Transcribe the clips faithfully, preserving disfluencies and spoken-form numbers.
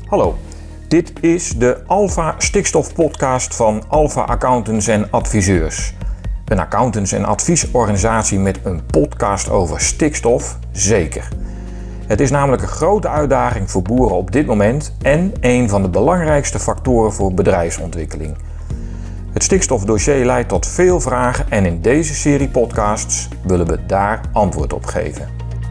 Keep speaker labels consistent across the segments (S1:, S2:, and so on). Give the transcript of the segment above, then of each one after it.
S1: Hallo, dit is de Alpha Stikstof podcast van Alpha Accountants en Adviseurs. Een accountants- en adviesorganisatie met een podcast over stikstof, zeker. Het is namelijk een grote uitdaging voor boeren op dit moment en een van de belangrijkste factoren voor bedrijfsontwikkeling. Het stikstofdossier leidt tot veel vragen en in deze serie podcasts willen we daar antwoord op geven.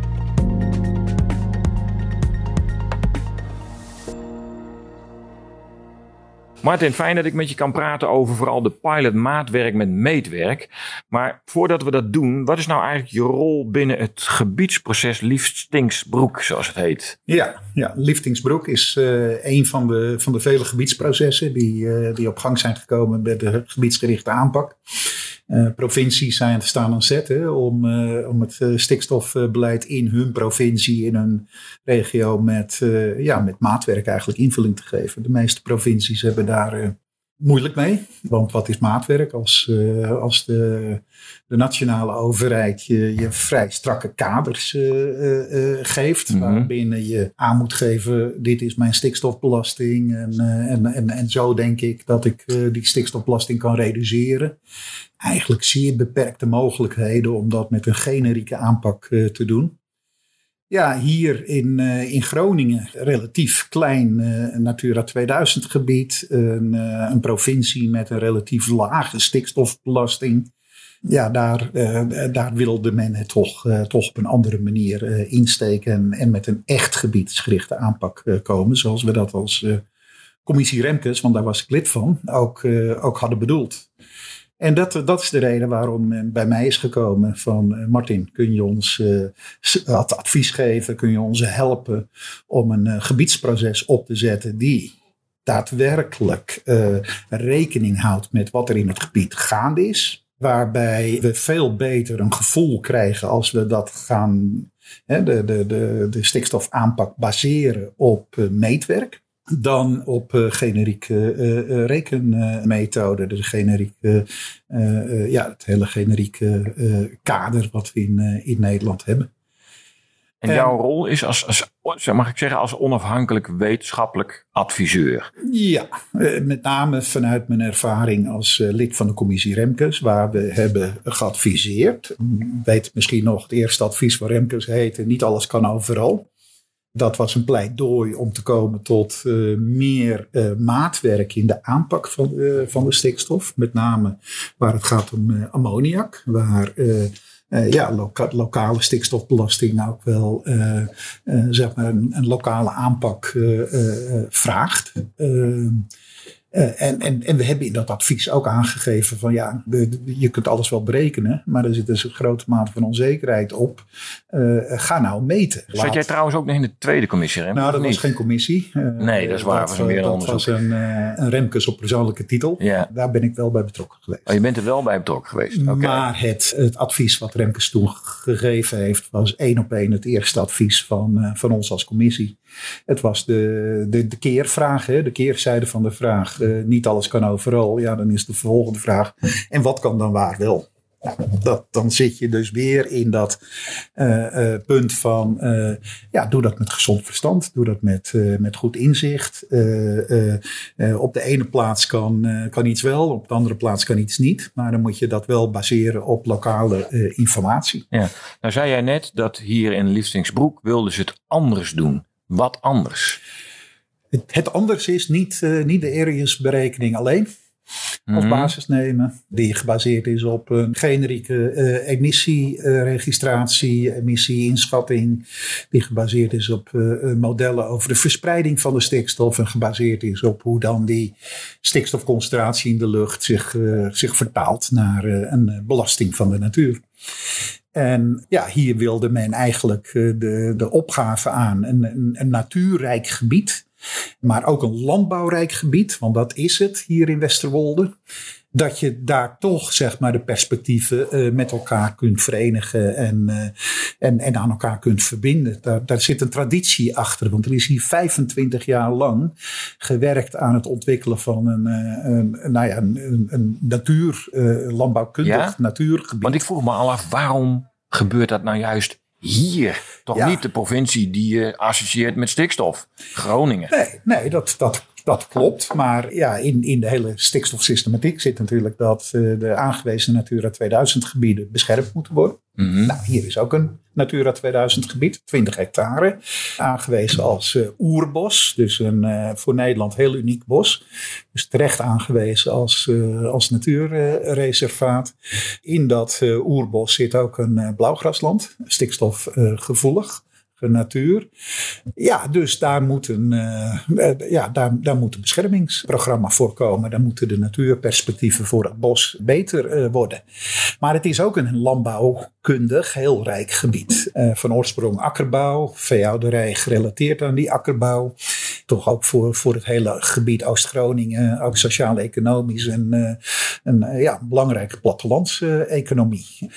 S1: Martin, fijn dat ik met je kan praten over vooral de pilot maatwerk met meetwerk. Maar voordat we dat doen, wat is nou eigenlijk je rol binnen het gebiedsproces Liefstingsbroek, zoals het heet?
S2: Ja, ja Liefstingsbroek is uh, een van de, van de vele gebiedsprocessen die, uh, die op gang zijn gekomen met de gebiedsgerichte aanpak. Uh, provincies zijn staan aan zet hè, om, uh, om het uh, stikstofbeleid in hun provincie, in hun regio met, uh, ja, met maatwerk eigenlijk invulling te geven. De meeste provincies hebben daar uh, moeilijk mee. Want wat is maatwerk als, uh, als de, de nationale overheid je, je vrij strakke kaders uh, uh, uh, geeft. Mm-hmm. Waarbinnen je aan moet geven, dit is mijn stikstofbelasting. En, uh, en, en, en zo denk ik dat ik uh, die stikstofbelasting kan reduceren. Eigenlijk zeer beperkte mogelijkheden om dat met een generieke aanpak uh, te doen. Ja, hier in, uh, in Groningen, relatief klein uh, Natura tweeduizend gebied. Een, uh, een provincie met een relatief lage stikstofbelasting. Ja, daar, uh, daar wilde men het toch, uh, toch op een andere manier uh, insteken. En, en met een echt gebiedsgerichte aanpak uh, komen. Zoals we dat als uh, commissie Remkes, want daar was ik lid van, ook, uh, ook hadden bedoeld. En dat, dat is de reden waarom men bij mij is gekomen van uh, Martin, kun je ons uh, advies geven, kun je ons helpen om een uh, gebiedsproces op te zetten die daadwerkelijk uh, rekening houdt met wat er in het gebied gaande is. Waarbij we veel beter een gevoel krijgen als we dat gaan, hè, de, de, de, de stikstofaanpak baseren op uh, meetwerk. Dan op uh, generieke uh, uh, rekenmethode, de generieke, uh, uh, ja, het hele generieke uh, kader wat we in, uh, in Nederland hebben.
S1: En jouw en, rol is als, als, mag ik zeggen, als onafhankelijk wetenschappelijk adviseur?
S2: Ja, uh, met name vanuit mijn ervaring als uh, lid van de commissie Remkes, waar we hebben geadviseerd. Weet misschien nog, het eerste advies van Remkes heette, niet alles kan overal. Dat was een pleidooi om te komen tot uh, meer uh, maatwerk in de aanpak van, uh, van de stikstof. Met name waar het gaat om uh, ammoniak. Waar uh, uh, ja, loka- lokale stikstofbelasting ook wel uh, uh, zeg maar een, een lokale aanpak uh, uh, vraagt. Uh, Uh, en, en, en we hebben in dat advies ook aangegeven van ja, de, de, je kunt alles wel berekenen, maar er zit dus een grote mate van onzekerheid op. Uh, ga nou meten.
S1: Zat Laat... jij trouwens ook nog in de tweede commissie, Remkes?
S2: Nou, dat was geen commissie. Uh,
S1: nee, dat is waar. Dat was meer een
S2: onderzoek. Dat was een, uh, een Remkes op persoonlijke titel. Ja. Daar ben ik wel bij betrokken geweest.
S1: Oh, je bent er wel bij betrokken geweest? Okay.
S2: Maar het, het advies wat Remkes toen gegeven heeft, was één op één het eerste advies van, uh, van ons als commissie. Het was de, de, de keervraag, hè, de keerzijde van de vraag. Uh, niet alles kan overal. Ja, dan is de volgende vraag. En wat kan dan waar wel? Nou, dat, dan zit je dus weer in dat uh, uh, punt van, uh, ja, doe dat met gezond verstand. Doe dat met, uh, met goed inzicht. Uh, uh, uh, op de ene plaats kan, uh, kan iets wel, op de andere plaats kan iets niet. Maar dan moet je dat wel baseren op lokale uh, informatie.
S1: Ja. Nou zei jij net dat hier in Liefstingsbroek wilden ze het anders doen. Wat anders?
S2: Het, het anders is niet, uh, niet de Arius-berekening alleen als mm-hmm. basis nemen. Die gebaseerd is op een generieke uh, emissieregistratie, uh, emissie-inschatting. Die gebaseerd is op uh, modellen over de verspreiding van de stikstof. En gebaseerd is op hoe dan die stikstofconcentratie in de lucht zich, uh, zich vertaalt naar uh, een belasting van de natuur. En ja, hier wilde men eigenlijk uh, de, de opgave aan. Een, een, een natuurrijk gebied. Maar ook een landbouwrijk gebied, want dat is het hier in Westerwolde. Dat je daar toch zeg maar de perspectieven uh, met elkaar kunt verenigen en, uh, en, en aan elkaar kunt verbinden. Daar, daar zit een traditie achter, want er is hier vijfentwintig jaar lang gewerkt aan het ontwikkelen van een, een, een, nou ja, een, een natuur, uh, landbouwkundig ja? natuurgebied.
S1: Want ik vroeg me al af, waarom gebeurt dat nou juist hier toch
S2: Ja.
S1: niet de provincie die je associeert met stikstof. Groningen.
S2: Nee, nee dat, dat, dat klopt. Maar ja, in, in de hele stikstofsystematiek zit natuurlijk dat uh, de aangewezen Natura tweeduizend gebieden beschermd moeten worden.
S1: Mm-hmm.
S2: Nou, hier is ook een Natura tweeduizend gebied, twintig hectare. Aangewezen als uh, oerbos, dus een uh, voor Nederland heel uniek bos. Dus terecht aangewezen als, uh, als natuurreservaat. In dat uh, oerbos zit ook een uh, blauwgrasland, stikstofgevoelig. Uh, natuur. Ja, dus daar moet een, uh, ja, daar, daar moet een beschermingsprogramma voor komen. Daar moeten de natuurperspectieven voor het bos beter uh, worden. Maar het is ook een landbouwkundig heel rijk gebied. Uh, van oorsprong akkerbouw, veehouderij gerelateerd aan die akkerbouw. Toch ook voor, voor het hele gebied Oost-Groningen, ook sociaal-economisch en uh, een uh, ja, belangrijke plattelandseconomie. Uh,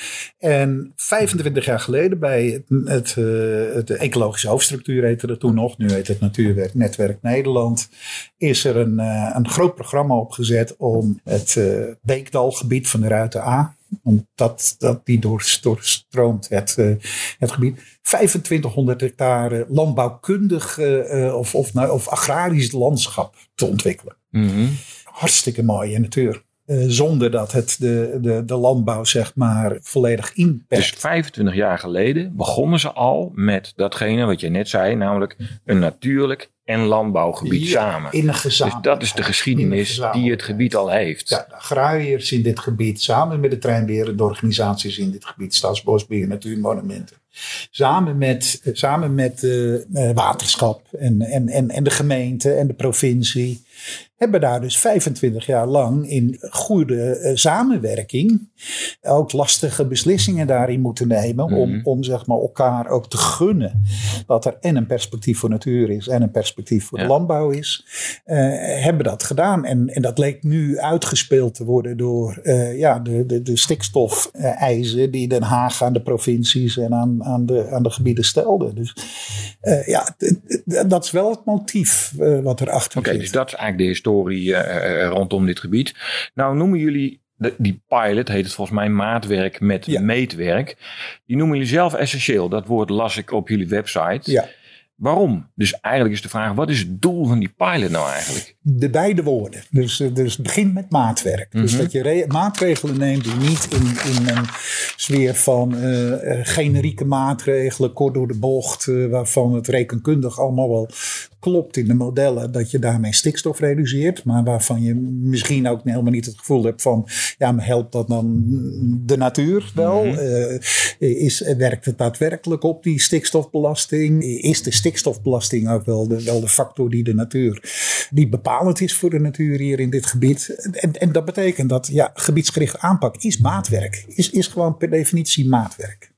S2: en vijfentwintig jaar geleden bij het, het, uh, het ecologische hoofdstructuur heette dat toen nog, nu heet het Natuurnetwerk Nederland, is er een, uh, een groot programma opgezet om het uh, Beekdalgebied van de Ruiten A, omdat dat die doorstroomt het, uh, het gebied. vijfentwintighonderd hectare landbouwkundig uh, of, of, nou, of agrarisch landschap te ontwikkelen.
S1: Mm-hmm.
S2: Hartstikke mooie natuur. Uh, zonder dat het de, de, de landbouw zeg maar volledig inperkt.
S1: Dus vijfentwintig jaar geleden begonnen ze al met datgene wat je net zei. Namelijk een natuurlijk en landbouwgebied
S2: ja,
S1: samen.
S2: In een
S1: dus dat is de geschiedenis die het gebied al heeft.
S2: Ja, de agrariërs in dit gebied, samen met de treinberende organisaties in dit gebied, Staatsbosbeheer, Natuurmonumenten. Samen met, samen met uh, waterschap en, en, en, en de gemeente en de provincie. Hebben daar dus vijfentwintig jaar lang in goede uh, samenwerking ook lastige beslissingen daarin moeten nemen. Mm-hmm. Om, om zeg maar elkaar ook te gunnen dat er en een perspectief voor natuur is en een perspectief voor ja. de landbouw is. Uh, hebben dat gedaan. En, en dat leek nu uitgespeeld te worden door uh, ja, de, de, de stikstofeisen die Den Haag aan de provincies en aan, aan, de, aan de gebieden stelde. Dus uh, ja, d- d- dat is wel het motief uh, wat erachter
S1: Oké,
S2: zit.
S1: dus dat is eigenlijk de historie uh, rondom dit gebied. Nou noemen jullie de, die pilot, heet het volgens mij maatwerk met ja. meetwerk. Die noemen jullie zelf essentieel. Dat woord las ik op jullie website.
S2: Ja.
S1: Waarom? Dus eigenlijk is de vraag, wat is het doel van die pilot nou eigenlijk?
S2: De beide woorden. Dus, dus het begint met maatwerk. Mm-hmm. Dus dat je re- maatregelen neemt die niet in, in een sfeer van uh, generieke maatregelen, kort door de bocht, uh, waarvan het rekenkundig allemaal wel klopt in de modellen, dat je daarmee stikstof reduceert. Maar waarvan je misschien ook helemaal niet het gevoel hebt van, ja, maar helpt dat dan de natuur wel? Mm-hmm. Uh, is, werkt het daadwerkelijk op die stikstofbelasting? Is de stikstofbelasting ook wel de, wel de factor die de natuur, die bepalend is voor de natuur hier in dit gebied? En, en dat betekent dat, ja, gebiedsgerichte aanpak is maatwerk. Is, is gewoon per definitie maatwerk.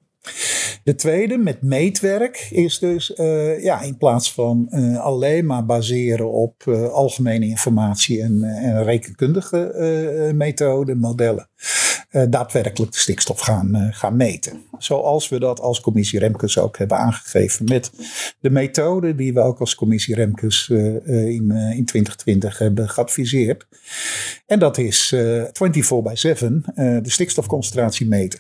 S2: De tweede, met meetwerk, is dus uh, ja, in plaats van uh, alleen maar baseren op uh, algemene informatie en, uh, en rekenkundige uh, methoden, modellen, uh, daadwerkelijk de stikstof gaan, uh, gaan meten. Zoals we dat als commissie Remkes ook hebben aangegeven met de methode die we ook als commissie Remkes uh, in, uh, in twintig twintig hebben geadviseerd. En dat is uh, vierentwintig bij zeven uh, de stikstofconcentratie meten.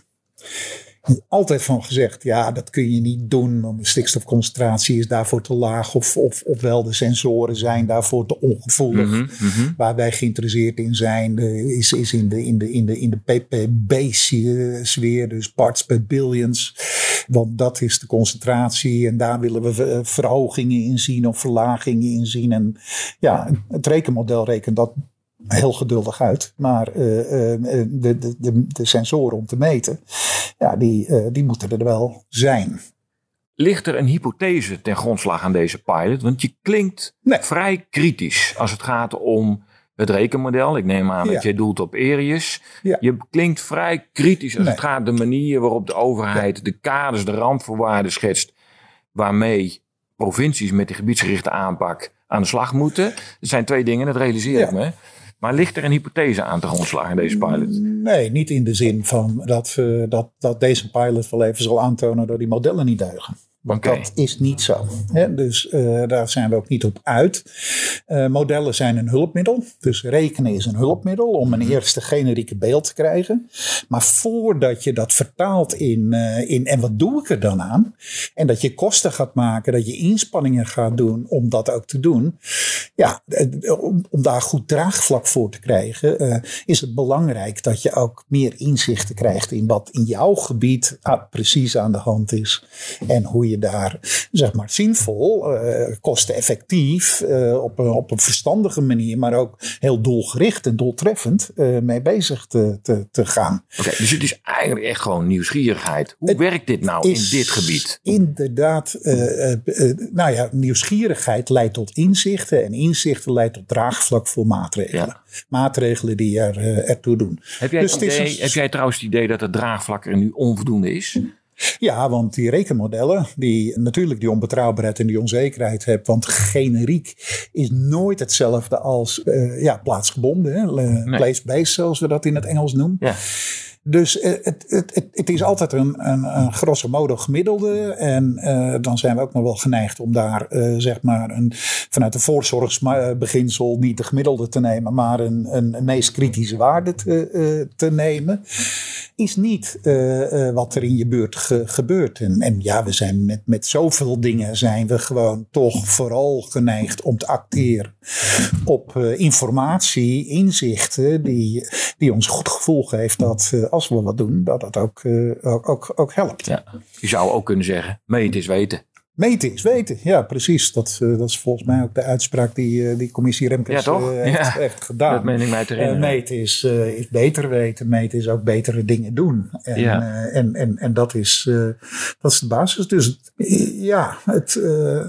S2: Altijd van gezegd, ja, dat kun je niet doen, want de stikstofconcentratie is daarvoor te laag, of, of, ofwel de sensoren zijn daarvoor te ongevoelig. Mm-hmm, mm-hmm. Waar wij geïnteresseerd in zijn, is, is in de, in de, in de, in de P P B-sfeer, dus parts per billions. Want dat is de concentratie en daar willen we verhogingen in zien of verlagingen in zien. En ja, het rekenmodel rekent dat heel geduldig uit. Maar uh, uh, de, de, de, de sensoren om te meten, ja, die, uh, die moeten er wel zijn.
S1: Ligt er een hypothese ten grondslag aan deze pilot? Want je klinkt nee. vrij kritisch als het gaat om het rekenmodel. Ik neem aan ja. dat jij doelt op Erius. Ja. Je klinkt vrij kritisch als nee. het gaat om de manier waarop de overheid ja. de kaders, de randvoorwaarden schetst waarmee provincies met de gebiedsgerichte aanpak aan de slag moeten. Dat zijn twee dingen, dat realiseer ja. ik me. Maar ligt er een hypothese aan te grondslag in deze pilot?
S2: Nee, niet in de zin van dat, uh, dat, dat deze pilot wel even zal aantonen dat die modellen niet deugen. Want
S1: Okay.
S2: dat is niet zo. Hè? Dus uh, daar zijn we ook niet op uit. Uh, modellen zijn een hulpmiddel. Dus rekenen is een hulpmiddel om een eerste generieke beeld te krijgen. Maar voordat je dat vertaalt in, uh, in en wat doe ik er dan aan? En dat je kosten gaat maken, dat je inspanningen gaat doen om dat ook te doen. Ja, om, om daar goed draagvlak voor te krijgen, uh, is het belangrijk dat je ook meer inzichten krijgt in wat in jouw gebied ah, precies aan de hand is. En hoe je daar, zeg maar, zinvol, uh, kosteneffectief, uh, op, een, op een verstandige manier, maar ook heel doelgericht en doeltreffend uh, mee bezig te, te, te gaan.
S1: Oké, okay, dus het is eigenlijk echt gewoon nieuwsgierigheid. Hoe het werkt dit nou in dit gebied?
S2: Inderdaad, uh, uh, uh, nou ja, nieuwsgierigheid leidt tot inzichten en inzichten leidt tot draagvlak voor maatregelen. Ja. Maatregelen die er, uh, ertoe doen.
S1: Heb jij, dus het idee, een... heb jij trouwens het idee dat het draagvlak er nu onvoldoende is?
S2: Ja, want die rekenmodellen, die natuurlijk die onbetrouwbaarheid en die onzekerheid hebben. Want generiek is nooit hetzelfde als uh, ja, plaatsgebonden. Hè? Nee. Place-based, zoals we dat in het Engels noemen. Ja. Dus het, het, het, het is altijd een, een, een grosso modo gemiddelde. En uh, dan zijn we ook nog wel geneigd om daar uh, zeg maar een, vanuit de voorzorgsbeginsel niet de gemiddelde te nemen, maar een, een, een meest kritische waarde te, uh, te nemen. Is niet uh, uh, wat er in je buurt ge, gebeurt. En, en ja, we zijn met, met zoveel dingen zijn we gewoon toch vooral geneigd om te acteren op uh, informatie, inzichten die, die ons goed gevoel geeft dat uh, als we wat doen, dat dat ook, uh, ook, ook, ook helpt.
S1: Ja, je zou ook kunnen zeggen, meten is weten.
S2: Meten is weten, ja precies. Dat, uh, dat is volgens mij ook de uitspraak die uh, die commissie Remkes
S1: ja,
S2: uh, heeft,
S1: ja,
S2: heeft gedaan.
S1: Dat meen ik mij te herinneren.
S2: Uh, meten is, uh, is beter weten, meten is ook betere dingen doen. En, ja. uh, en, en, en dat, is, uh, dat is de basis. Dus uh, ja, het, uh,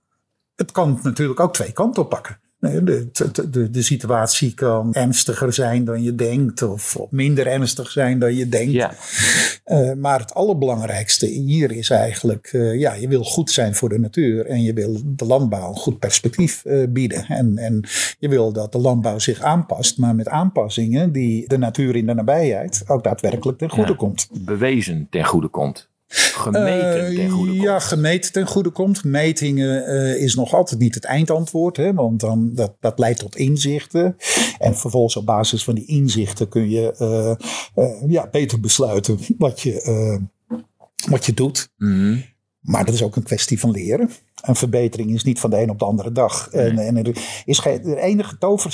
S2: het kan natuurlijk ook twee kanten oppakken. De, de, de, de situatie kan ernstiger zijn dan je denkt of, of minder ernstig zijn dan je denkt. Ja. Uh, maar het allerbelangrijkste hier is eigenlijk, uh, ja, je wil goed zijn voor de natuur en je wil de landbouw een goed perspectief uh, bieden. En, en je wil dat de landbouw zich aanpast, maar met aanpassingen die de natuur in de nabijheid ook daadwerkelijk ten goede ja, komt.
S1: Bewezen ten goede komt. Gemeten ten goede komt.
S2: Ja, gemeten ten goede komt. Metingen uh, is nog altijd niet het eindantwoord. Hè, want dan, dat, dat leidt tot inzichten. En vervolgens op basis van die inzichten kun je uh, uh, ja, beter besluiten wat je, uh, wat je doet. Mm-hmm. Maar dat is ook een kwestie van leren. Een verbetering is niet van de een op de andere dag. Nee. En, en er is geen, de enige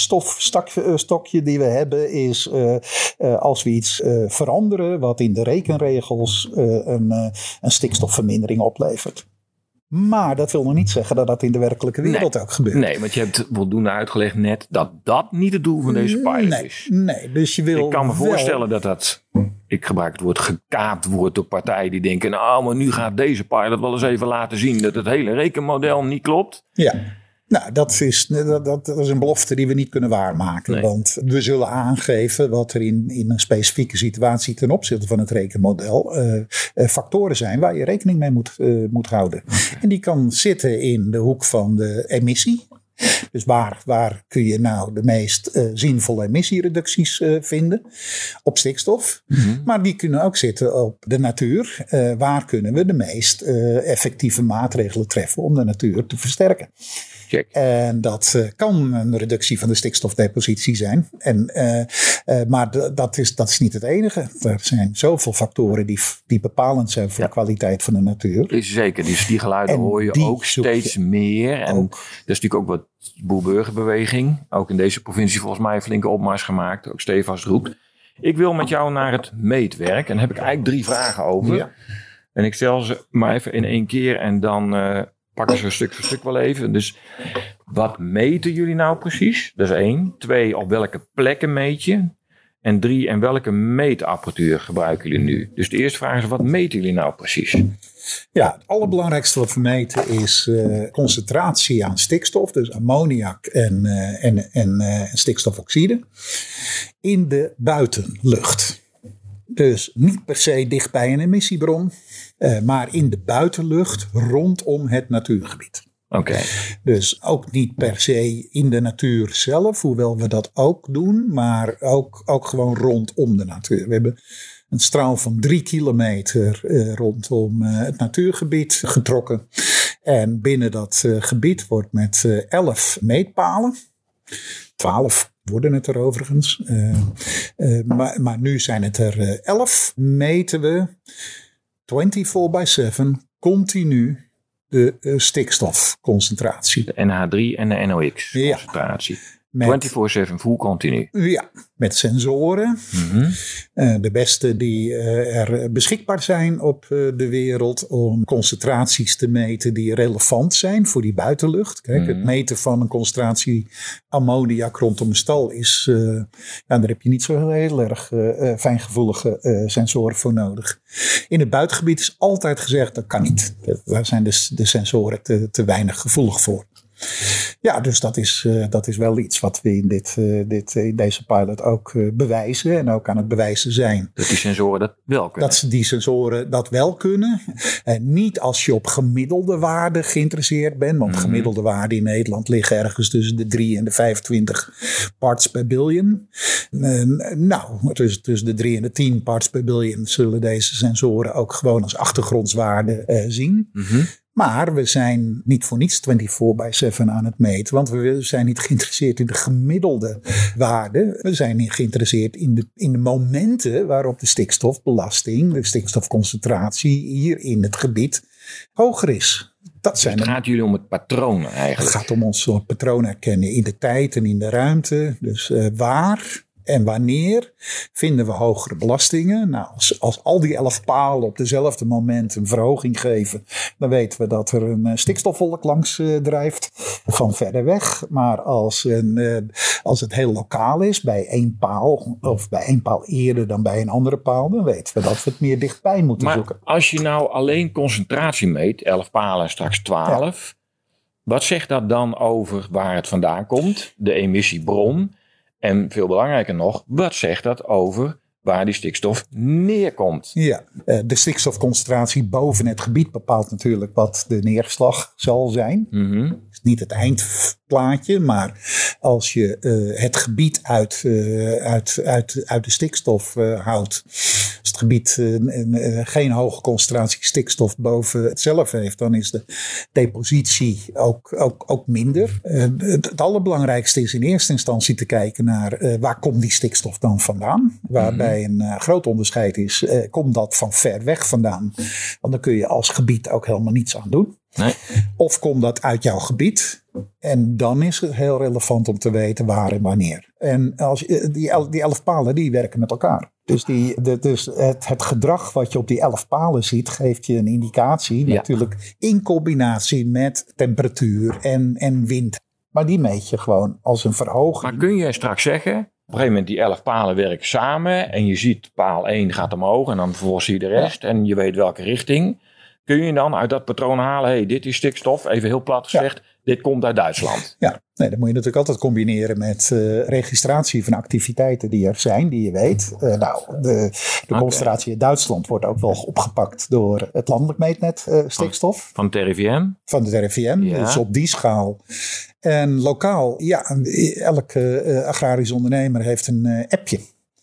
S2: toverstokje die we hebben is uh, uh, als we iets uh, veranderen wat in de rekenregels uh, een, uh, een stikstofvermindering oplevert. Maar dat wil nog niet zeggen dat dat in de werkelijke wereld
S1: nee.
S2: ook gebeurt.
S1: Nee, want je hebt voldoende uitgelegd net dat dat niet het doel van deze pilot
S2: nee,
S1: is.
S2: Nee, dus je wil
S1: Ik kan me
S2: wel...
S1: voorstellen dat dat, ik gebruik het woord gekaapt wordt door partijen die denken, nou, maar nu gaat deze pilot wel eens even laten zien dat het hele rekenmodel niet klopt.
S2: Ja. Nou, dat is, dat, dat is een belofte die we niet kunnen waarmaken. Nee. Want we zullen aangeven wat er in, in een specifieke situatie ten opzichte van het rekenmodel uh, uh, factoren zijn waar je rekening mee moet, uh, moet houden. Okay. En die kan zitten in de hoek van de emissie. Dus waar, waar kun je nou de meest uh, zinvolle emissiereducties uh, vinden op stikstof. Mm-hmm. Maar die kunnen ook zitten op de natuur. Uh, waar kunnen we de meest uh, effectieve maatregelen treffen om de natuur te versterken. Check. En dat uh, kan een reductie van de stikstofdepositie zijn. En, uh, uh, maar d- dat, is, dat is niet het enige. Er zijn zoveel factoren die, die bepalend zijn voor ja. de kwaliteit van de natuur.
S1: Zeker, dus die geluiden en hoor je ook steeds je meer. En ook. Dat is natuurlijk ook wat boerburgerbeweging. Ook in deze provincie volgens mij een flinke opmars gemaakt. Ook stevast roept. Ik wil met jou naar het meetwerk. En daar heb ik eigenlijk drie vragen over. Ja. En ik stel ze maar even in één keer en dan... Uh, pakken ze stuk voor stuk wel even. Dus wat meten jullie nou precies? Dat is één. Twee, op welke plekken meet je? En drie, en welke meetapparatuur gebruiken jullie nu? Dus de eerste vraag is, wat meten jullie nou precies?
S2: Ja, het allerbelangrijkste wat we meten is uh, concentratie aan stikstof. Dus ammoniak en, uh, en, en uh, stikstofoxide. In de buitenlucht. Dus niet per se dicht bij een emissiebron, uh, maar in de buitenlucht rondom het natuurgebied.
S1: Oké. Okay.
S2: Dus ook niet per se in de natuur zelf, hoewel we dat ook doen, maar ook, ook gewoon rondom de natuur. We hebben een straal van drie kilometer uh, rondom uh, het natuurgebied getrokken. En binnen dat uh, gebied wordt met uh, elf meetpalen, twaalf worden het er overigens, uh, uh, maar, maar nu zijn het er uh, elf, meten we vierentwintig bij zeven continu de uh, stikstofconcentratie.
S1: De N H drie en de N O X concentratie. Ja. vierentwintig zeven full continu.
S2: Ja, met sensoren. Mm-hmm. Uh, de beste die uh, er beschikbaar zijn op uh, de wereld om concentraties te meten die relevant zijn voor die buitenlucht. Kijk, mm-hmm. Het meten van een concentratie ammoniak rondom een stal is, uh, ja, daar heb je niet zo heel erg uh, fijngevoelige uh, sensoren voor nodig. In het buitengebied is altijd gezegd dat kan niet. Daar zijn de, de sensoren te, te weinig gevoelig voor. Ja, dus dat is, uh, dat is wel iets wat we in, dit, uh, dit, in deze pilot ook uh, bewijzen en ook aan het bewijzen zijn.
S1: Dat die sensoren dat wel kunnen?
S2: Dat die sensoren dat wel kunnen. En niet als je op gemiddelde waarden geïnteresseerd bent. Want mm-hmm. gemiddelde waarden in Nederland liggen ergens tussen de drie en de vijfentwintig parts per billion. Uh, nou, tussen, tussen de drie en de tien parts per billion zullen deze sensoren ook gewoon als achtergrondswaarde uh, zien. Mm-hmm. Maar we zijn niet voor niets vierentwintig bij zeven aan het meten. Want we zijn niet geïnteresseerd in de gemiddelde waarde. We zijn niet geïnteresseerd in de, in de momenten waarop de stikstofbelasting, de stikstofconcentratie hier in het gebied hoger is. Dat zijn
S1: dus het gaat jullie om het patroon eigenlijk?
S2: Het gaat om ons soort patroon herkennen in de tijd en in de ruimte. Dus uh, waar en wanneer vinden we hogere belastingen? Nou, als, als al die elf palen op dezelfde moment een verhoging geven, dan weten we dat er een uh, stikstofwolk langs uh, drijft van verder weg. Maar als, een, uh, als het heel lokaal is, bij één paal of bij één paal eerder dan bij een andere paal, dan weten we dat we het meer dichtbij moeten
S1: maar
S2: zoeken.
S1: Als je nou alleen concentratie meet, elf palen en straks twaalf, ja. Wat zegt dat dan over waar het vandaan komt, de emissiebron? En veel belangrijker nog, wat zegt dat over waar die stikstof neerkomt?
S2: Ja, de stikstofconcentratie boven het gebied bepaalt natuurlijk wat de neerslag zal zijn. Mm-hmm. Het is niet het eindplaatje, maar als je uh, het gebied uit, uh, uit, uit, uit de stikstof uh, houdt. Als het gebied uh, uh, geen hoge concentratie stikstof boven het zelf heeft, dan is de depositie ook, ook, ook minder. Uh, het, het allerbelangrijkste is in eerste instantie te kijken naar uh, waar komt die stikstof dan vandaan? Waarbij een uh, groot onderscheid is, uh, komt dat van ver weg vandaan? Want dan kun je als gebied ook helemaal niets aan doen. Nee. Of komt dat uit jouw gebied? En dan is het heel relevant om te weten waar en wanneer. En als, die, el, die elf palen die werken met elkaar. Dus, die, de, dus het, het gedrag wat je op die elf palen ziet, geeft je een indicatie. Ja. Natuurlijk in combinatie met temperatuur en, en wind. Maar die meet je gewoon als een verhoging.
S1: Maar kun je straks zeggen, op een gegeven moment die elf palen werken samen. En je ziet paal één gaat omhoog en dan vervolgens zie je de rest. Ja. En je weet welke richting. Kun je dan uit dat patroon halen, hey, dit is stikstof, even heel plat gezegd, ja. Dit komt uit Duitsland.
S2: Ja, nee, dat moet je natuurlijk altijd combineren met uh, registratie van activiteiten die er zijn, die je weet. Uh, nou, de, de okay. concentratie in Duitsland wordt ook wel opgepakt door het landelijk meetnet uh, stikstof.
S1: Van, van het R I V M?
S2: Van het R I V M, ja. Dus op die schaal. En lokaal, ja, elke uh, agrarisch ondernemer heeft een uh, appje.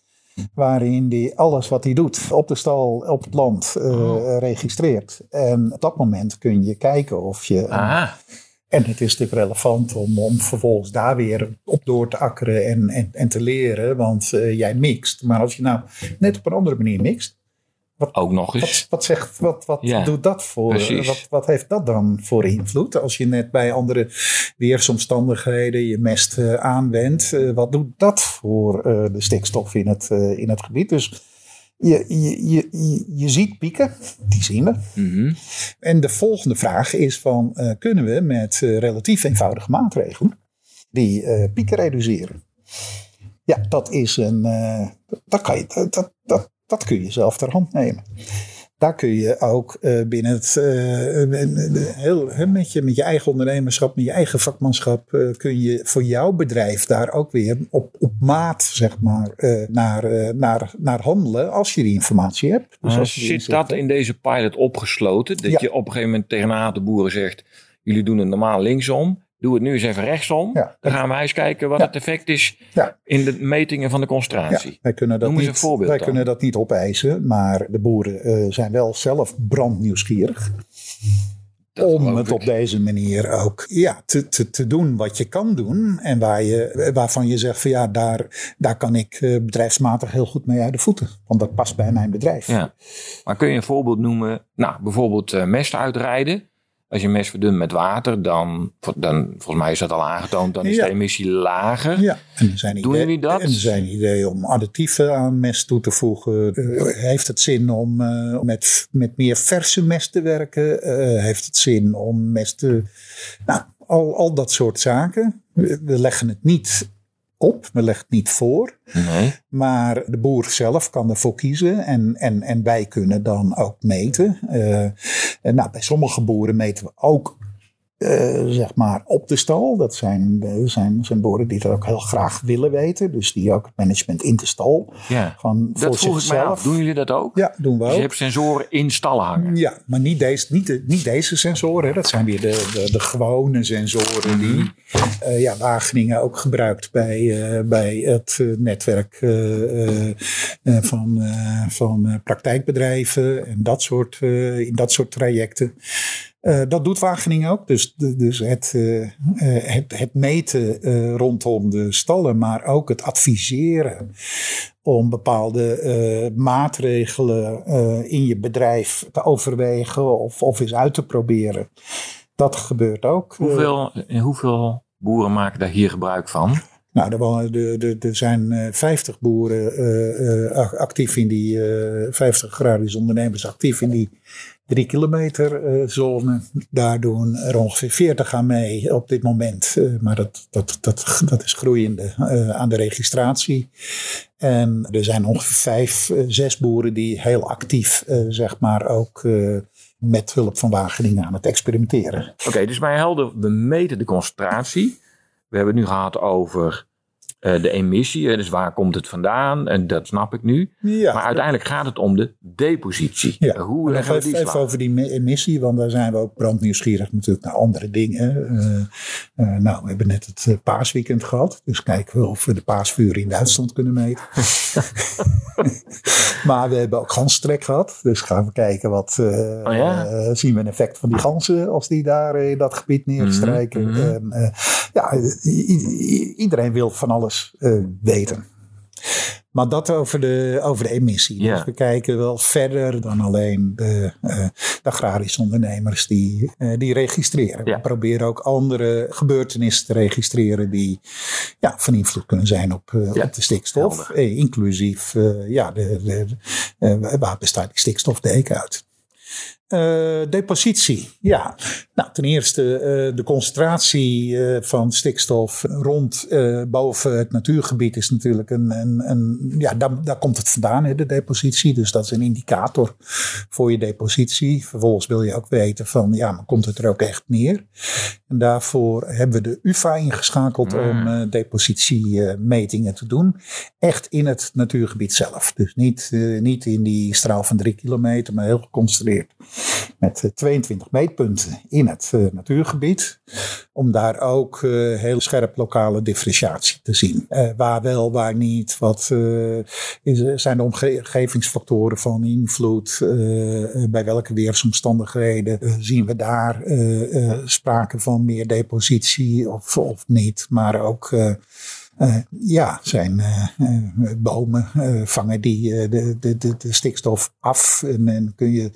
S2: Waarin die alles wat hij doet op de stal, op het land, uh, oh. registreert. En op dat moment kun je kijken of je... Uh, en het is natuurlijk relevant om, om vervolgens daar weer op door te akkeren en, en, en te leren. Want uh, jij mixt. Maar als je nou net op een andere manier mixt. Wat,
S1: ook nog eens.
S2: Wat, wat, zegt, wat, wat ja, doet dat voor? Wat, wat heeft dat dan voor invloed? Als je net bij andere weersomstandigheden je mest uh, aanwendt. Uh, wat doet dat voor uh, de stikstof in het, uh, in het gebied? Dus je, je, je, je ziet pieken. Die zien we. Mm-hmm. En de volgende vraag is van uh, kunnen we met uh, relatief eenvoudige maatregelen die uh, pieken reduceren? Ja, dat is een... Uh, dat kan je... Dat, dat, Dat kun je zelf ter hand nemen. Daar kun je ook uh, binnen het uh, heel, met, je, met je eigen ondernemerschap, met je eigen vakmanschap, uh, kun je voor jouw bedrijf daar ook weer op, op maat, zeg maar, uh, naar, uh, naar, naar handelen als je die informatie hebt. Dus
S1: als je zit inzicht, dat in deze pilot opgesloten? Dat ja. je op een gegeven moment tegen een aantal boeren zegt, jullie doen het normaal linksom. doe het nu eens even rechtsom. Ja, dan gaan wij eens kijken wat ja. het effect is ja. in de metingen van de concentratie.
S2: Ja, wij kunnen dat
S1: Noem eens
S2: niet,
S1: een voorbeeld
S2: wij
S1: dan.
S2: kunnen dat niet opeisen, maar de boeren uh, zijn wel zelf brandnieuwsgierig. Dat om het ik. op deze manier ook ja, te, te, te doen wat je kan doen. En waar je, waarvan je zegt van ja, daar, daar kan ik uh, bedrijfsmatig heel goed mee uit de voeten. Want dat past bij mijn bedrijf.
S1: Ja. Maar kun je een voorbeeld noemen? Nou, bijvoorbeeld uh, mest uitrijden. Als je mest verdunt met water, dan, dan volgens mij is dat al aangetoond, dan is ja. de emissie lager.
S2: Ja. En er zijn
S1: Doen
S2: idee,
S1: jullie dat?
S2: En er zijn ideeën om additieven aan mest toe te voegen. Uh, heeft het zin om uh, met, met meer verse mest te werken? Uh, heeft het zin om mest te... Nou, al, al dat soort zaken. We, we leggen het niet op, we leggen het niet voor.
S1: Nee.
S2: Maar de boer zelf kan ervoor kiezen en, en, en wij kunnen dan ook meten. Uh, en nou, bij sommige boeren meten we ook uh, zeg maar op de stal. Dat zijn, uh, zijn, zijn boeren die dat ook heel graag willen weten. Dus die ook het management in de stal.
S1: Ja,
S2: van
S1: dat
S2: voor
S1: vroeg
S2: zichzelf.
S1: ik mij af. Doen jullie dat ook?
S2: Ja, doen we
S1: dus
S2: ook.
S1: Je hebt sensoren in stallen hangen?
S2: Ja, maar niet deze, niet de, niet deze sensoren. Hè. Dat zijn weer de, de, de gewone sensoren die uh, ja, Wageningen ook gebruikt bij, uh, bij het uh, netwerk uh, uh, van, uh, van uh, praktijkbedrijven en dat soort, uh, in dat soort trajecten. Uh, dat doet Wageningen ook. Dus, dus het, uh, uh, het, het meten uh, rondom de stallen, maar ook het adviseren om bepaalde uh, maatregelen uh, in je bedrijf te overwegen of, of eens uit te proberen. Dat gebeurt ook.
S1: Hoeveel, hoeveel boeren maken daar hier gebruik van?
S2: Nou, er, er zijn vijftig boeren uh, uh, actief in die, uh, vijftig agrarische ondernemers actief in die drie kilometer uh, zone. Daar doen er ongeveer veertig aan mee op dit moment. Uh, maar dat, dat, dat, dat is groeiende uh, aan de registratie. En er zijn ongeveer vijf, uh, zes boeren die heel actief, uh, zeg maar, ook uh, met hulp van Wageningen aan het experimenteren.
S1: Oké, okay, dus bij helder, we meten de concentratie. We hebben het nu gehad over uh, de emissie, dus waar komt het vandaan? En dat snap ik nu. Ja, maar uiteindelijk gaat het om de depositie.
S2: Ja,
S1: Hoe leggen we die
S2: even over die emissie, want daar zijn we ook brandnieuwsgierig natuurlijk naar andere dingen. Uh, uh, nou, we hebben net het uh, paasweekend gehad, dus kijken we of we de paasvuren in Duitsland kunnen meten. Maar we hebben ook ganstrek gehad, dus gaan we kijken wat uh, oh ja? uh, zien we een effect van die ganzen als die daar in dat gebied neerstrijken. Mm-hmm. En, uh, ja, i- iedereen wil van alles uh, weten. Maar dat over de, over de emissie. Ja. Dus we kijken wel verder dan alleen de, uh, de agrarische ondernemers die, uh, die registreren. Ja. We proberen ook andere gebeurtenissen te registreren die ja, van invloed kunnen zijn op, uh, ja. op de stikstof. Uh, inclusief, uh, ja, de, de, uh, waar bestaat die stikstofdijk uit? Uh, depositie, ja. Nou, ten eerste uh, de concentratie uh, van stikstof rond uh, boven het natuurgebied is natuurlijk een, een, een ja, daar, daar komt het vandaan, hè, de depositie. Dus dat is een indicator voor je depositie. Vervolgens wil je ook weten van, ja, maar komt het er ook echt neer? En daarvoor hebben we de U V A ingeschakeld mm. om uh, depositiemetingen uh, te doen. Echt in het natuurgebied zelf. Dus niet, uh, niet in die straal van drie kilometer, maar heel geconcentreerd. Met tweeëntwintig meetpunten in het uh, natuurgebied. Om daar ook uh, heel scherp lokale differentiatie te zien. Uh, waar wel, waar niet. Wat uh, is, zijn de omgevingsfactoren van invloed? Uh, bij welke weersomstandigheden uh, zien we daar uh, uh, sprake van meer depositie of, of niet. Maar ook... Uh, Uh, ja, zijn uh, uh, bomen uh, vangen die uh, de, de, de, de stikstof af. En, en kun je,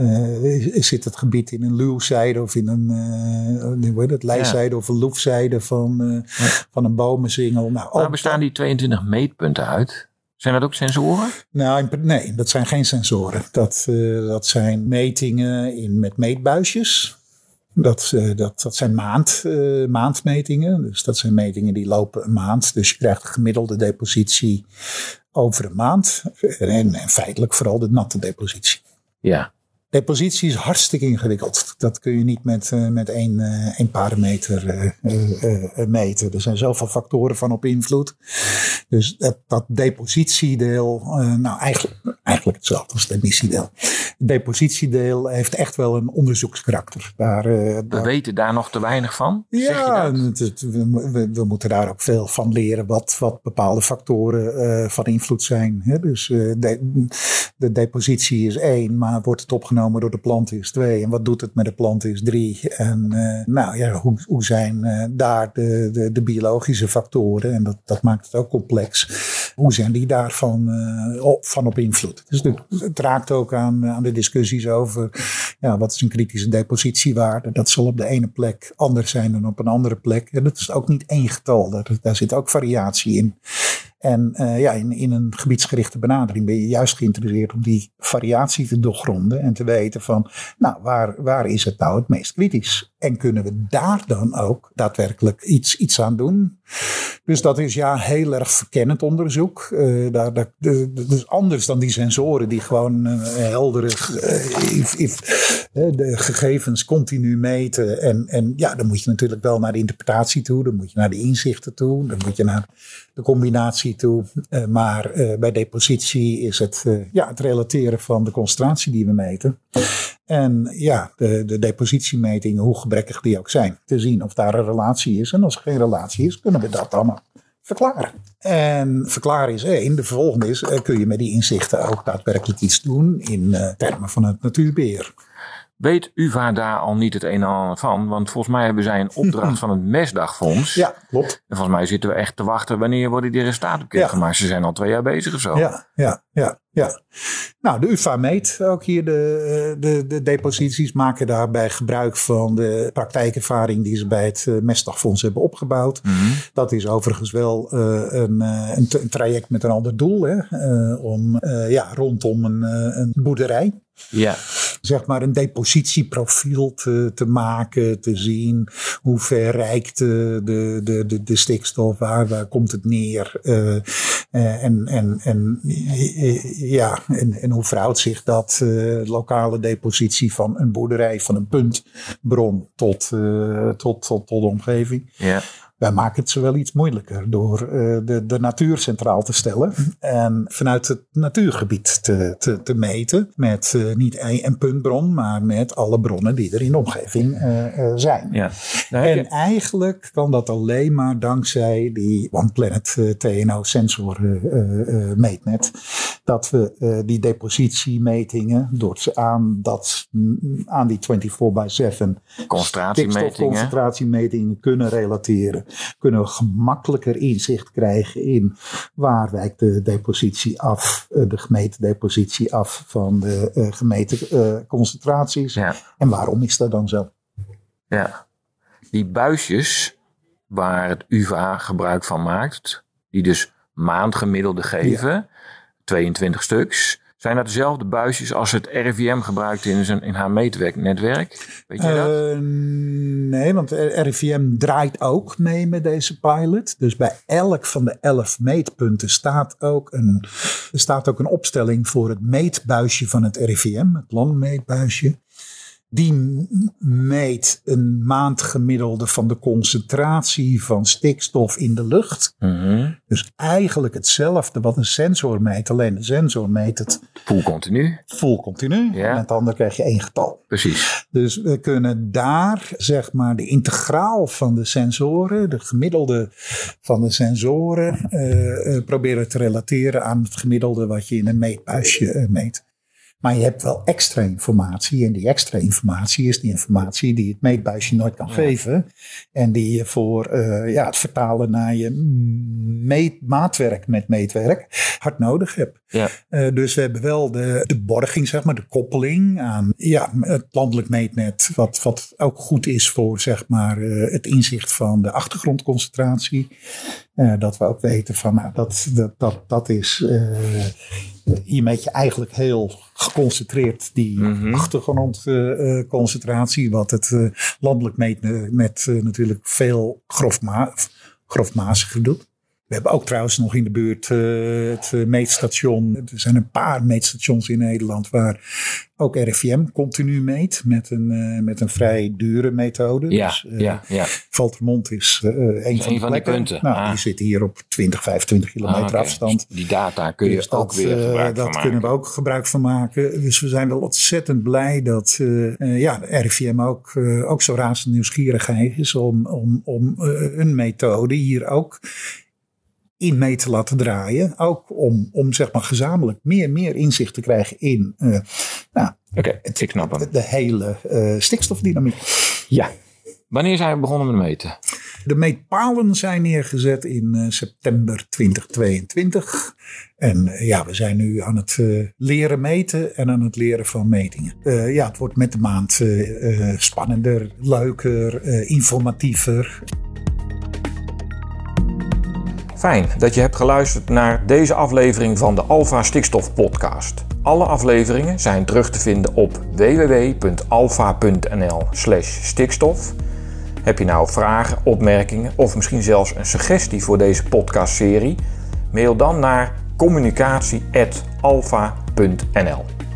S2: uh, zit het gebied in een luwzijde of in een, uh, hoe heet het, lijzijde ja. of een loefzijde van, uh, ja. van een bomenzingel. Nou,
S1: waar bestaan die tweeëntwintig meetpunten uit? Zijn dat ook sensoren?
S2: Nou, nee, dat zijn geen sensoren. Dat, uh, dat zijn metingen in, met meetbuisjes. Dat, uh, dat, dat zijn maand, uh, maandmetingen. Dus dat zijn metingen die lopen een maand. Dus je krijgt een gemiddelde depositie over een maand. En, en feitelijk vooral de natte depositie.
S1: Ja,
S2: Depositie is hartstikke ingewikkeld. Dat kun je niet met, uh, met één, uh, één parameter uh, uh, uh, meten. Er zijn zoveel factoren van op invloed. Dus dat, dat depositiedeel, uh, nou eigenlijk, eigenlijk hetzelfde als het emissiedeel. Het depositiedeel heeft echt wel een onderzoekskarakter. Daar, uh,
S1: we
S2: daar...
S1: weten daar nog te weinig van?
S2: Ja, het, het, we, we, we moeten daar ook veel van leren wat, wat bepaalde factoren uh, van invloed zijn. Hè? Dus uh, de, de depositie is één, maar wordt het opgenomen door de plant is twee. En wat doet het met de plant is drie. En uh, nou ja, hoe, hoe zijn uh, daar de, de, de biologische factoren? En dat, dat maakt het ook complex. Hoe zijn die daarvan uh, op, van op invloed? Dus het, het raakt ook aan, aan de discussies over ja, wat is een kritische depositiewaarde. Dat zal op de ene plek anders zijn dan op een andere plek. En dat is ook niet één getal. Daar, daar zit ook variatie in. En uh, ja, in, in een gebiedsgerichte benadering ben je juist geïnteresseerd om die variatie te doorgronden en te weten van, nou, waar, waar is het nou het meest kritisch? En kunnen we daar dan ook daadwerkelijk iets, iets aan doen? Dus dat is ja heel erg verkennend onderzoek. Uh, daar, daar, de, de, dus anders dan die sensoren die gewoon uh, heldere uh, if, if, uh, de gegevens continu meten. En, en ja, dan moet je natuurlijk wel naar de interpretatie toe. Dan moet je naar de inzichten toe. Dan moet je naar de combinatie toe. Uh, maar uh, bij depositie is het, uh, ja, het relateren van de concentratie die we meten. En ja, de, de depositiemetingen, hoe gebrekkig die ook zijn, te zien of daar een relatie is. En als er geen relatie is, kunnen we dat dan verklaren. En verklaren is één. De volgende is, kun je met die inzichten ook daadwerkelijk iets doen in uh, termen van het natuurbeheer.
S1: Weet U V A daar al niet het een en ander van? Want volgens mij hebben zij een opdracht van het Mesdagfonds.
S2: Ja, klopt.
S1: En volgens mij zitten we echt te wachten wanneer worden die resultaten bekendgemaakt. Ja. Ze zijn al twee jaar bezig of zo.
S2: Ja, ja, ja. Ja. Nou, de U V A meet ook hier de, de, de deposities, maken daarbij gebruik van de praktijkervaring die ze bij het Mesdagfonds hebben opgebouwd. Mm-hmm. Dat is overigens wel uh, een, een, een traject met een ander doel, hè? Uh, om uh, ja, rondom een, een boerderij.
S1: Ja.
S2: Zeg maar een depositieprofiel te, te maken, te zien hoe ver reikt de, de, de, de, de stikstof, waar, waar komt het neer uh, uh, en, en, en, uh, ja, en, en hoe verhoudt zich dat uh, lokale depositie van een boerderij, van een puntbron tot, uh, tot, tot, tot de omgeving. Ja. Wij maken het ze wel iets moeilijker door uh, de, de natuur centraal te stellen. En vanuit het natuurgebied te, te, te meten. Met uh, niet één een puntbron, maar met alle bronnen die er in de omgeving uh, uh, zijn. Ja. Nou, en je... eigenlijk kan dat alleen maar dankzij die One Planet uh, T N O sensor uh, uh, meetnet. Dat we uh, die depositiemetingen door ze aan, dat, aan die vierentwintig bij zeven concentratiemetingen kunnen relateren. Kunnen we gemakkelijker inzicht krijgen in waar wijkt de depositie af, de gemeten depositie af van de uh, gemeten uh, concentraties. Ja. En waarom is dat dan zo?
S1: Ja, die buisjes waar het U V A gebruik van maakt, die dus maandgemiddelde geven, ja. tweeëntwintig stuks. Zijn dat dezelfde buisjes als het R I V M gebruikt in, zijn, in haar meetnetwerk? Weet je dat?
S2: Uh, nee, want R I V M draait ook mee met deze pilot. Dus bij elk van de elf meetpunten staat ook een, er staat ook een opstelling voor het meetbuisje van het R I V M, het landmeetbuisje. Die meet een maandgemiddelde van de concentratie van stikstof in de lucht. Mm-hmm. Dus eigenlijk hetzelfde wat een sensor meet. Alleen de sensor meet het
S1: Full continu.
S2: Full continu. Ja. En met het andere krijg je één getal.
S1: Precies.
S2: Dus we kunnen daar zeg maar de integraal van de sensoren, de gemiddelde van de sensoren, uh, uh, proberen te relateren aan het gemiddelde wat je in een meetbuisje uh, meet. Maar je hebt wel extra informatie. En die extra informatie is die informatie die het meetbuisje nooit kan ja. geven. En die je voor uh, ja, het vertalen naar je meet, maatwerk met meetwerk hard nodig hebt. Ja. Uh, dus we hebben wel de, de borging, zeg maar, de koppeling aan ja, het landelijk meetnet. Wat, wat ook goed is voor zeg maar, uh, het inzicht van de achtergrondconcentratie. Uh, dat we ook weten van nou, dat, dat, dat, dat is... Uh, hier meet je eigenlijk heel geconcentreerd die mm-hmm. achtergrondconcentratie. Uh, wat het uh, landelijk meetnet met uh, natuurlijk veel grofma- grofmaziger doet. We hebben ook trouwens nog in de buurt uh, het meetstation. Er zijn een paar meetstations in Nederland waar ook R I V M continu meet met een, uh, met een vrij dure methode.
S3: Ja,
S2: dus, uh,
S3: ja, ja.
S2: Valthermond is uh, een,
S3: een
S2: van, de,
S3: van die punten.
S2: Nou,
S3: ah.
S2: die zit hier op twintig, vijfentwintig kilometer ah, okay. afstand.
S3: Dus die data kun je
S2: dus
S3: ook
S2: dat,
S3: weer gebruik
S2: uh,
S3: van
S2: dat
S3: maken.
S2: kunnen we ook gebruik van maken. Dus we zijn wel ontzettend blij dat uh, uh, ja, de R I V M ook, uh, ook zo razend nieuwsgierig is om, om, om uh, een methode hier ook in mee te laten draaien. Ook om, om zeg maar gezamenlijk meer, meer inzicht te krijgen in uh, nou,
S3: okay, ik snap hem.
S2: De, de hele uh, stikstofdynamiek.
S3: Ja. Wanneer zijn we begonnen met meten?
S2: De meetpalen zijn neergezet in uh, september twintig tweeëntwintig. En uh, ja, we zijn nu aan het uh, leren meten en aan het leren van metingen. Uh, ja, het wordt met de maand uh, uh, spannender, leuker, uh, informatiever.
S1: Fijn dat je hebt geluisterd naar deze aflevering van de Alpha Stikstof Podcast. Alle afleveringen zijn terug te vinden op w w w punt alpha punt n l slash stikstof. Heb je nou vragen, opmerkingen of misschien zelfs een suggestie voor deze podcastserie? Mail dan naar communicatie apenstaartje alpha punt n l.